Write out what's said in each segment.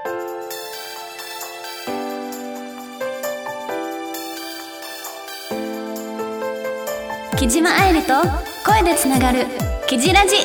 木島愛理と声でつながるキジラジ。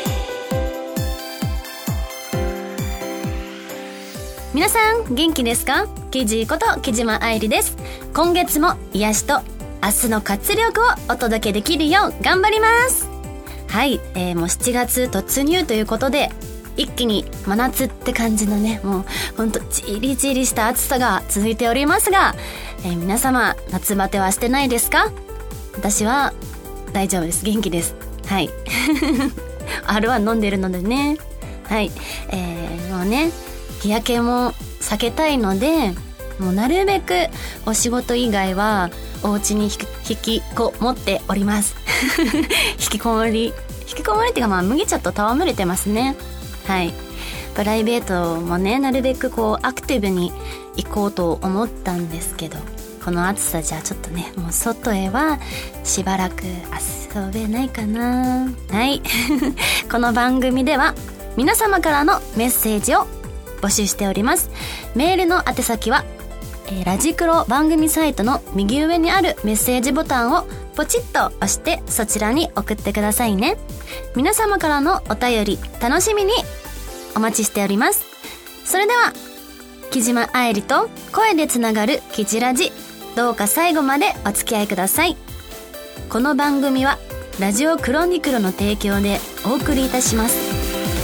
皆さん元気ですか？キジこと木島愛理です。今月も癒しと明日の活力をお届けできるよう頑張ります。はい、もう7月突入ということで一気に真夏って感じのね、もうほんとじりじりした暑さが続いておりますが、皆様夏バテはしてないですか？私は大丈夫です。元気です。はい。R1 飲んでるのでね。はい。もうね、日焼けも避けたいので、もうなるべくお仕事以外はお家に引きこもっております。引きこもりっていうか、まあ麦茶と戯れてますね。はい。プライベートもね、なるべくこうアクティブに行こうと思ったんですけど、この暑さじゃちょっとね、もう外へはしばらく遊べないかな。はい。この番組では皆様からのメッセージを募集しております。メールの宛先は、ラジクロ番組サイトの右上にあるメッセージボタンをポチッと押してそちらに送ってくださいね。皆様からのお便り楽しみにお待ちしております。それでは木島愛理と声でつながるキジラジ、どうか最後までお付き合いください。この番組はラジオクロニクルの提供でお送りいたします。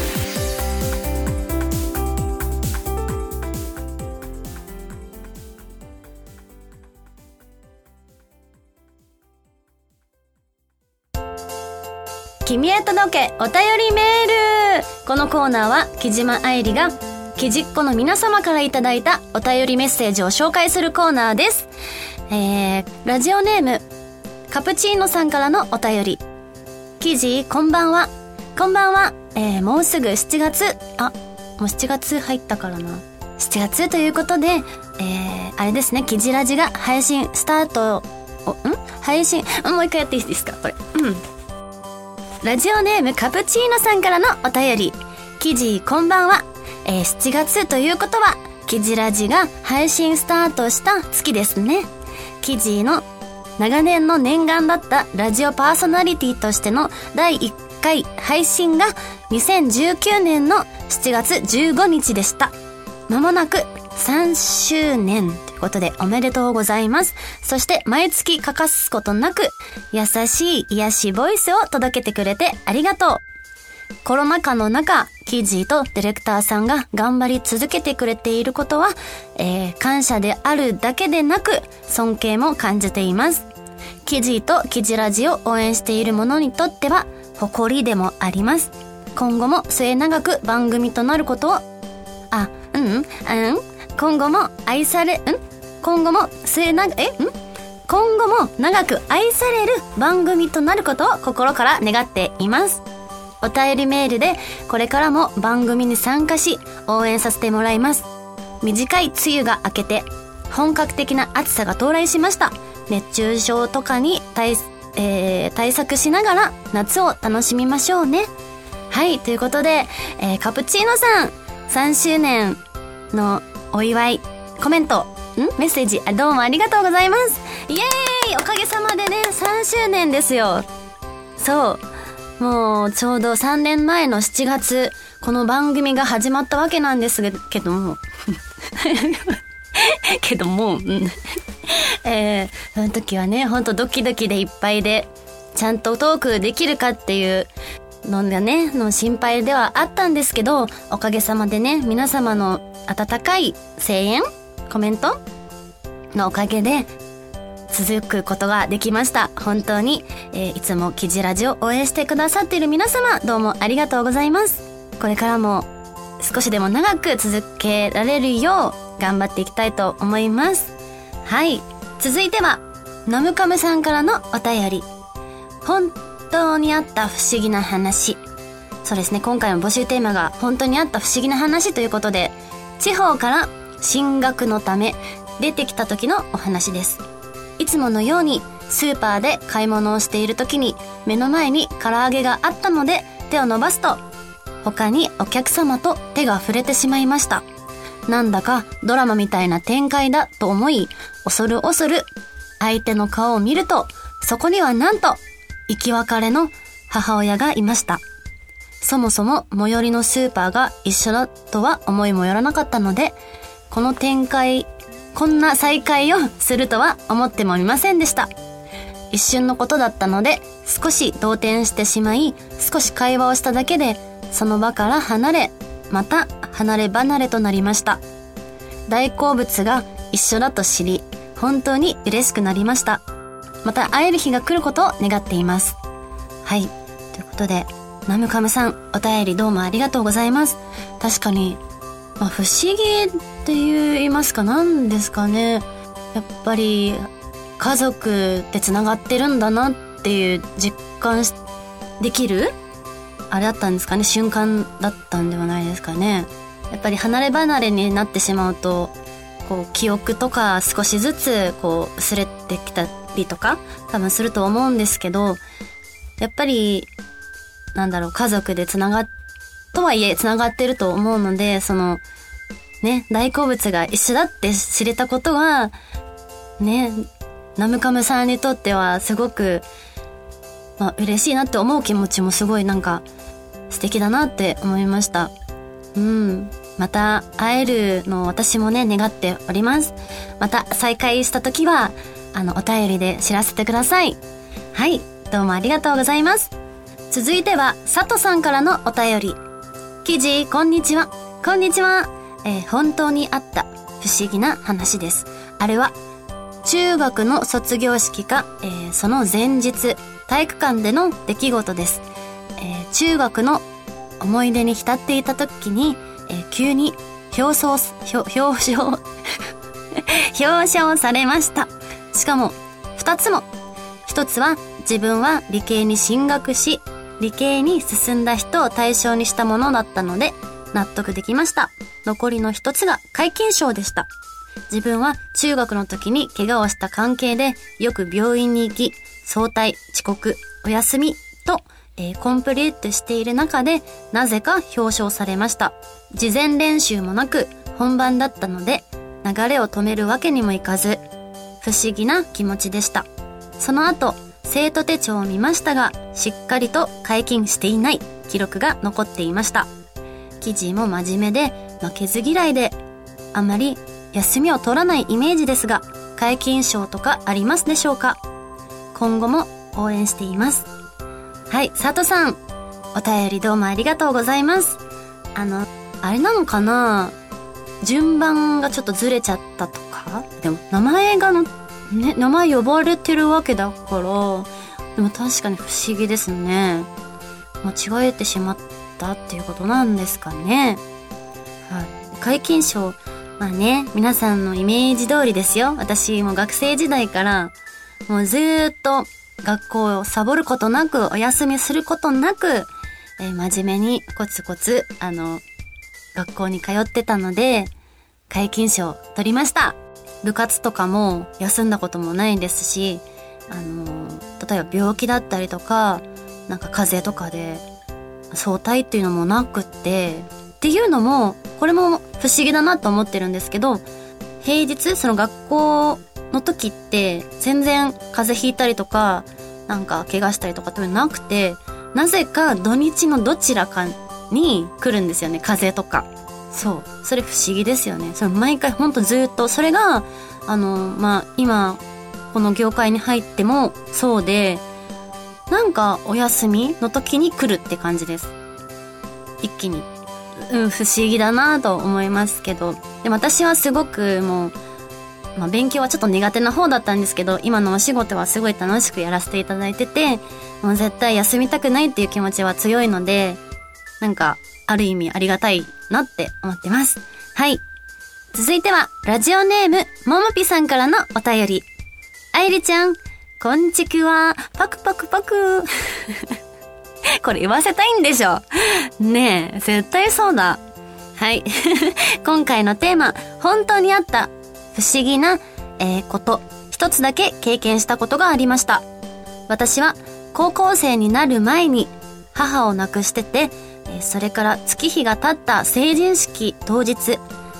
君へ届けお便りメール。このコーナーは木島愛理がキジっ子の皆様からいただいたお便りメッセージを紹介するコーナーです。ラジオネームカプチーノさんからのお便り。キジこんばんは。こんばんは。もうすぐ7月、もう7月入ったからな。7月ということで、あれですね、キジラジが配信スタート配信、もう一回やっていいですかこれ。ラジオネームカプチーノさんからのお便り。キジこんばんは。7月ということはキジラジが配信スタートした月ですね。キジの長年の念願だったラジオパーソナリティとしての第1回配信が2019年の7月15日でした。まもなく3周年ということでおめでとうございます。そして毎月欠かすことなく優しい癒しボイスを届けてくれてありがとう。コロナ禍の中、キジとディレクターさんが頑張り続けてくれていることは、感謝であるだけでなく尊敬も感じています。キジとキジラジを応援している者にとっては誇りでもあります。今後も末永く番組となることを今後も長く愛される番組となることを心から願っています。お便りメールでこれからも番組に参加し応援させてもらいます。短い梅雨が明けて本格的な暑さが到来しました。熱中症とかに対策しながら夏を楽しみましょうね。はい、ということで、カプチーノさん3周年のお祝いコメントメッセージどうもありがとうございます。イエーイ、おかげさまでね3周年ですよ。そう、もうちょうど3年前の7月この番組が始まったわけなんですけどもその時はねほんとドキドキでいっぱいで、ちゃんとトークできるかっていうのがね心配ではあったんですけど、おかげさまでね皆様の温かい声援コメントのおかげで続くことができました。本当に、いつもキジラジを応援してくださっている皆様どうもありがとうございます。これからも少しでも長く続けられるよう頑張っていきたいと思います。はい、続いてはノムカムさんからのお便り。本当にあった不思議な話。そうですね、今回の募集テーマが本当にあった不思議な話ということで、地方から進学のため出てきた時のお話です。いつものようにスーパーで買い物をしている時に目の前に唐揚げがあったので手を伸ばすと他にお客様と手が触れてしまいました。 なんだかドラマみたいな展開だと思い、恐る恐る相手の顔を見ると、そこにはなんと生き別れの母親がいました。そもそも最寄りのスーパーが一緒だとは思いもよらなかったので、こんな再会をするとは思ってもみませんでした。一瞬のことだったので少し動転してしまい、少し会話をしただけでその場から離れ、また離れ離れとなりました。大好物が一緒だと知り、本当に嬉しくなりました。また会える日が来ることを願っています。はい、ということでナムカムさん、お便りどうもありがとうございます。確かに、不思議って言いますか、なんですかね。やっぱり家族ってつながってるんだなっていう実感できるあれだったんですかね、瞬間だったんではないですかね。やっぱり離れ離れになってしまうと、こう記憶とか少しずつこう薄れてきたりとか多分すると思うんですけど、やっぱり家族でとはいえつながってると思うので、そのね、大好物が一緒だって知れたことはね、ナムカムさんにとってはすごく嬉しいなって思う気持ちもすごい素敵だなって思いました。また会えるのを私もね願っております。また再会した時はお便りで知らせてください。はい、どうもありがとうございます。続いては佐藤さんからのお便り。記事こんにちは。こんにちは。本当にあった不思議な話です。あれは中学の卒業式か、その前日体育館での出来事です。中学の思い出に浸っていた時に、急に表彰されました。しかも2つも。1つは自分は理系に進学し、理系に進んだ人を対象にしたものだったので納得できました。残りの1つが皆勤賞でした。自分は中学の時に怪我をした関係でよく病院に行き、早退、遅刻、お休みと、コンプリートしている中でなぜか表彰されました。事前練習もなく本番だったので流れを止めるわけにもいかず、不思議な気持ちでした。その後生徒手帳を見ましたが、しっかりと皆勤していない記録が残っていました。記事も真面目で負けず嫌いで、あまり休みを取らないイメージですが、皆勤賞とかありますでしょうか？今後も応援しています。はい、佐藤さん、お便りどうもありがとうございます。あれなのかな、順番がちょっとずれちゃったとか。でも名前呼ばれてるわけだから、でも確かに不思議ですね。間違えてしまったっていうことなんですかね。はい、皆勤賞、皆さんのイメージ通りですよ。私も学生時代からもうずーっと学校をサボることなく、お休みすることなく、真面目にコツコツ学校に通ってたので皆勤賞取りました。部活とかも休んだこともないですし、例えば病気だったりとか風邪とかで早退っていうのもなくっていうのも、これも不思議だなと思ってるんですけど、平日その学校の時って全然風邪ひいたりとか怪我したりとかっていうのなくて、なぜか土日のどちらかに来るんですよね、風邪とか。そう、それ不思議ですよね。それ毎回ほんとずっとそれが今この業界に入ってもそうで、お休みの時に来るって感じです。一気に。不思議だなと思いますけど、でも私はすごく勉強はちょっと苦手な方だったんですけど、今のお仕事はすごい楽しくやらせていただいてて、もう絶対休みたくないっていう気持ちは強いので、ある意味ありがたいなって思ってます。はい。続いてはラジオネームももぴさんからのお便り。あいりちゃん、こんちくわ、パクパクパク。これ言わせたいんでしょねえ、絶対そうだ。はい。今回のテーマ、本当にあった不思議な、こと一つだけ経験したことがありました。私は高校生になる前に母を亡くしてて、それから月日が経った成人式当日、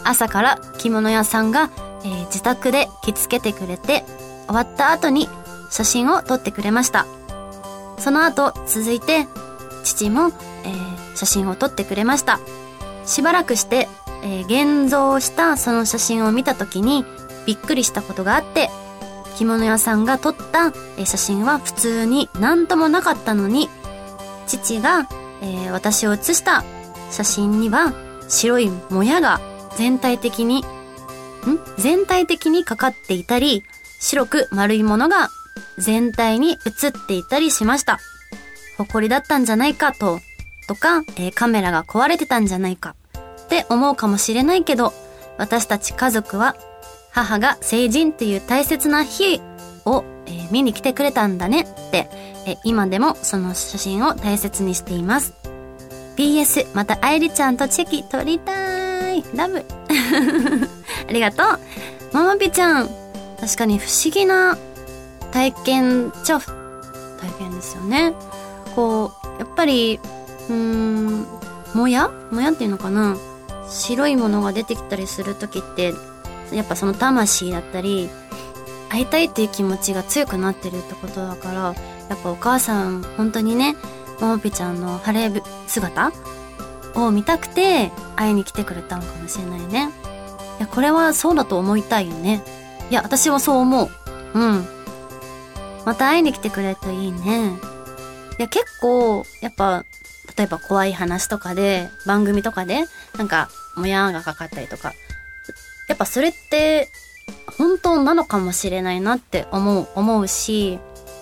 朝から着物屋さんが、自宅で着付けてくれて、終わった後に写真を撮ってくれました。その後続いて父も、写真を撮ってくれました。しばらくして、現像したその写真を見た時にびっくりしたことがあって、着物屋さんが撮った、写真は普通に何ともなかったのに、父が、私を写した写真には白いもやが全体的にかかっていたり、白く丸いものが全体に写っていたりしました。埃だったんじゃないかとか、カメラが壊れてたんじゃないかって思うかもしれないけど、私たち家族は母が成人っていう大切な日を、見に来てくれたんだねって、今でもその写真を大切にしています。 PS また愛理ちゃんとチェキ撮りたいラブありがとうママピちゃん。確かに不思議な体験体験ですよね。こうやっぱりもやっていうのかな、白いものが出てきたりする時ってやっぱその魂だったり会いたいっていう気持ちが強くなってるってことだから、やっぱお母さん本当にね、ももぴちゃんの晴れ姿を見たくて会いに来てくれたのかもしれないね。いやこれはそうだと思いたいよね。いや私はそう思う。また会いに来てくれるといいね。いや結構やっぱ例えば怖い話とかで番組とかでなんかもやがかかったりとか、やっぱそれって本当なのかもしれないなって思うし、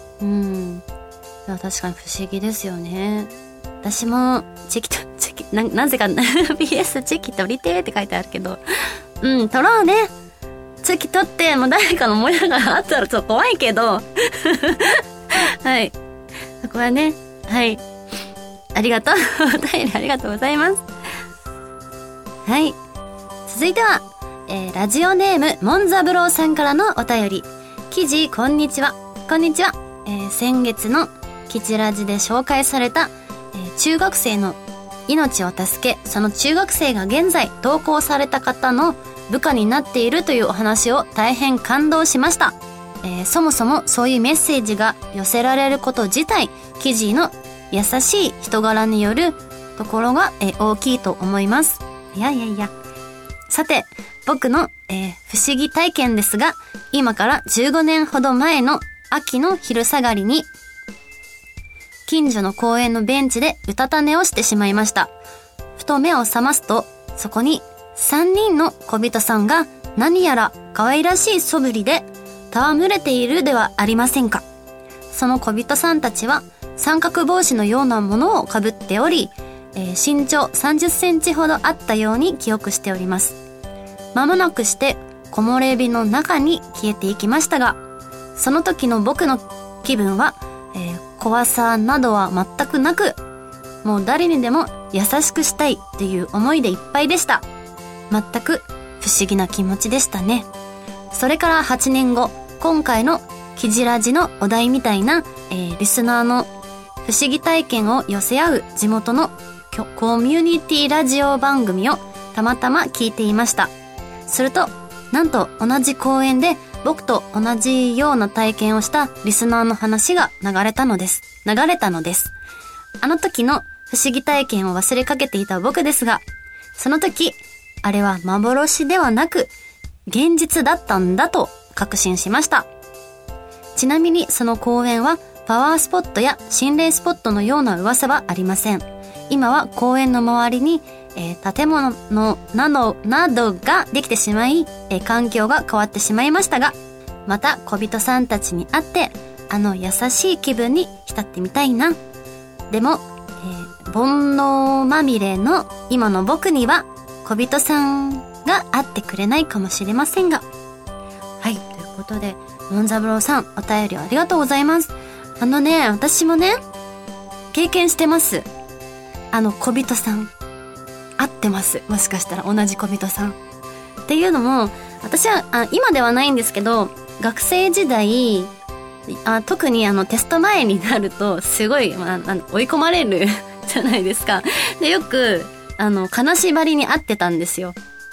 確かに不思議ですよね。私もチェキなぜかPS チェキ撮りてーって書いてあるけど、撮ろうね。チェキ撮ってもう誰かのもやがあったらちょっと怖いけどはい、そこはね、はい、ありがとうお便りありがとうございます。はい、続いては、ラジオネームモンザブローさんからのお便り。記事こんにちは。先月のキチラジで紹介された、中学生の命を助け、その中学生が現在同行された方の部下になっているというお話を大変感動しました。そもそもそういうメッセージが寄せられること自体、記事の優しい人柄によるところが、大きいと思います。いやさて僕の、不思議体験ですが、今から15年ほど前の秋の昼下がりに近所の公園のベンチでうたた寝をしてしまいました。ふと目を覚ますと、そこに3人の小人さんが何やら可愛らしい素振りで戯れているではありませんか。その小人さんたちは三角帽子のようなものをかぶっており、身長30センチほどあったように記憶しております。間もなくして木漏れ日の中に消えていきましたが、その時の僕の気分は、怖さなどは全くなく、もう誰にでも優しくしたいっていう思いでいっぱいでした。全く不思議な気持ちでしたね。それから8年後、今回のキジラジのお題みたいな、リスナーの不思議体験を寄せ合う地元のコミュニティラジオ番組をたまたま聞いていました。するとなんと同じ公園で僕と同じような体験をしたリスナーの話が流れたのです。あの時の不思議体験を忘れかけていた僕ですが、その時あれは幻ではなく現実だったんだと確信しました。ちなみにその公園はパワースポットや心霊スポットのような噂はありません。今は公園の周りに、建物などができてしまい、環境が変わってしまいましたが、また小人さんたちに会ってあの優しい気分に浸ってみたいな。でも、煩悩まみれの今の僕には小人さんが会ってくれないかもしれませんが、はい、ということでモンザブローさんお便りありがとうございます。私もね経験してます。小人さん会ってます。もしかしたら同じ小人さんっていうのも、私は今ではないんですけど、学生時代特にテスト前になるとすごい、追い込まれるじゃないですか。でよく金縛りに会ってたんですよ。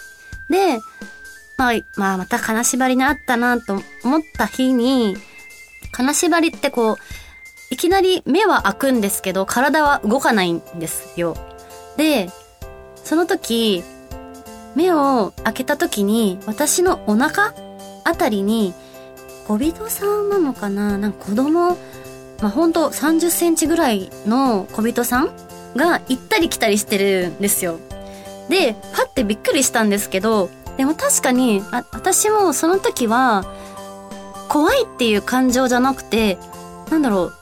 で、また金縛りにあったなと思った日に、金縛りってこう、いきなり目は開くんですけど、体は動かないんですよ。で、その時、目を開けた時に、私のお腹あたりに、小人さんなのかな、なんか子供、ほんと30センチぐらいの小人さんが行ったり来たりしてるんですよ。で、パッてびっくりしたんですけど、でも確かに、私もその時は、怖いっていう感情じゃなくて、なんだろう、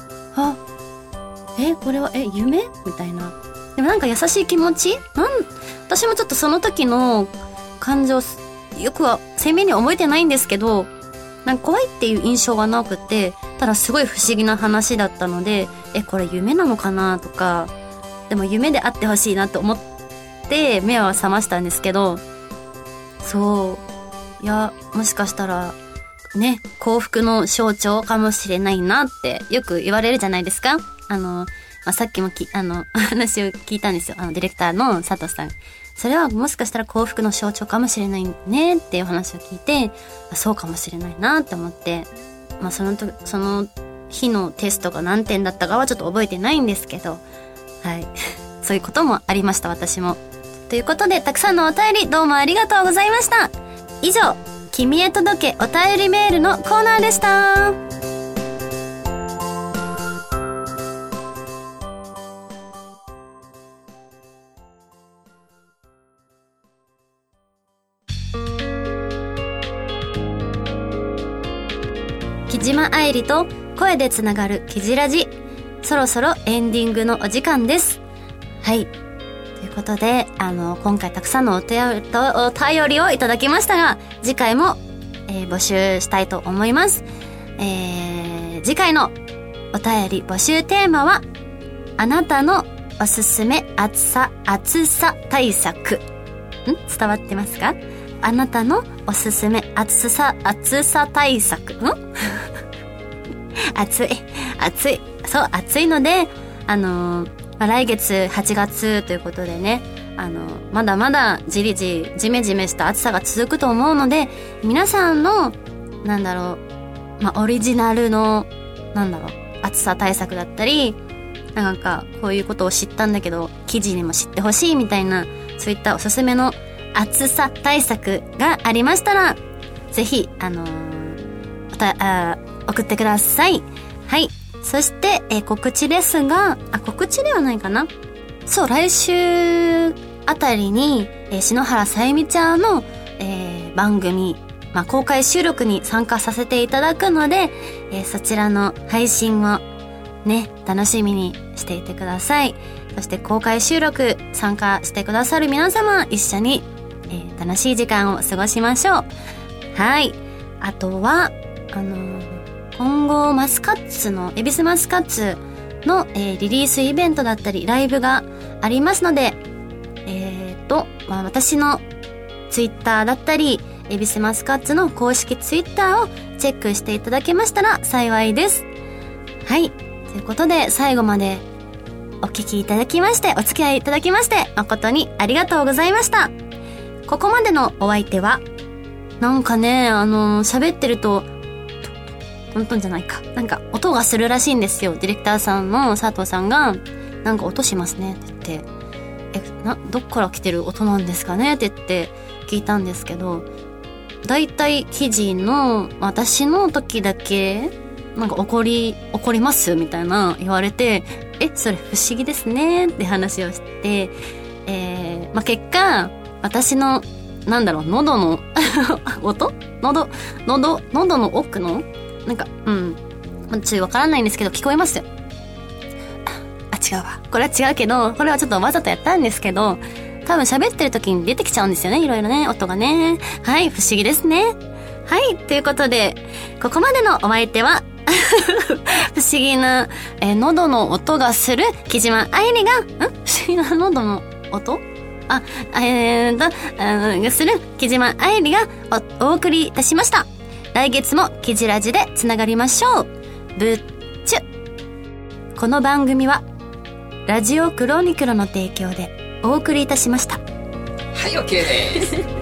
これは、夢みたいな。でもなんか優しい気持ち？私もちょっとその時の感情、よくは鮮明には覚えてないんですけど、なんか怖いっていう印象がなくて、ただすごい不思議な話だったので、これ夢なのかなとか、でも夢であってほしいなと思って目は覚ましたんですけど、そう、いや、もしかしたら、ね、幸福の象徴かもしれないなってよく言われるじゃないですか。さっきも話を聞いたんですよ。ディレクターの佐藤さん。それはもしかしたら幸福の象徴かもしれないねっていう話を聞いて、そうかもしれないなって思って、その日のテストが何点だったかはちょっと覚えてないんですけど、はい。そういうこともありました、私も。ということで、たくさんのお便りどうもありがとうございました。以上、君へ届けお便りメールのコーナーでした。木島愛理と声でつながるキジラジ、そろそろエンディングのお時間です。はい。ということで、今回たくさんのお便りをいただきましたが、次回も、募集したいと思います。次回のお便り募集テーマは、あなたのおすすめ暑さ対策。伝わってますか？あなたのおすすめ暑さ対策。暑い。そう、暑いので、来月8月ということでね、まだまだじめじめした暑さが続くと思うので、皆さんの、オリジナルの、暑さ対策だったり、なんか、こういうことを知ったんだけど、記事にも知ってほしいみたいな、そういったおすすめの暑さ対策がありましたら、ぜひ、送ってください。はい。そして、告知ですが、告知ではないかな。そう、来週あたりに、篠原さゆみちゃんの、番組、公開収録に参加させていただくので、そちらの配信をね、楽しみにしていてください。そして公開収録参加してくださる皆様、一緒に、楽しい時間を過ごしましょう。はい。あとは、今後恵比寿マスカッツの、リリースイベントだったりライブがありますので、私のツイッターだったり恵比寿マスカッツの公式ツイッターをチェックしていただけましたら幸いです。はい、ということで最後までお聞きいただきまして、お付き合いいただきまして誠にありがとうございました。ここまでのお相手はなんかね、喋ってるとトントンじゃないか。なんか音がするらしいんですよ。ディレクターさんの佐藤さんが、なんか音しますねって言って、どっから来てる音なんですかねって言って聞いたんですけど、だいたい記事の私の時だけ、なんか怒りますみたいな言われて、それ不思議ですねって話をして、結果、私の、喉の音喉の奥のなんか、ちょっとわからないんですけど、聞こえますよ。違うわ。これは違うけど、これはちょっとわざとやったんですけど、多分喋ってる時に出てきちゃうんですよね。いろいろね、音がね。はい、不思議ですね。はい、ということで、ここまでのお相手は、不思議な、喉の音がする木島愛理が、不思議な喉の音する木島愛理がお送りいたしました。来月もキジラジでつながりましょう。ぶっちゅ。この番組はラジオクロニクルの提供でお送りいたしました。 はい、OK です。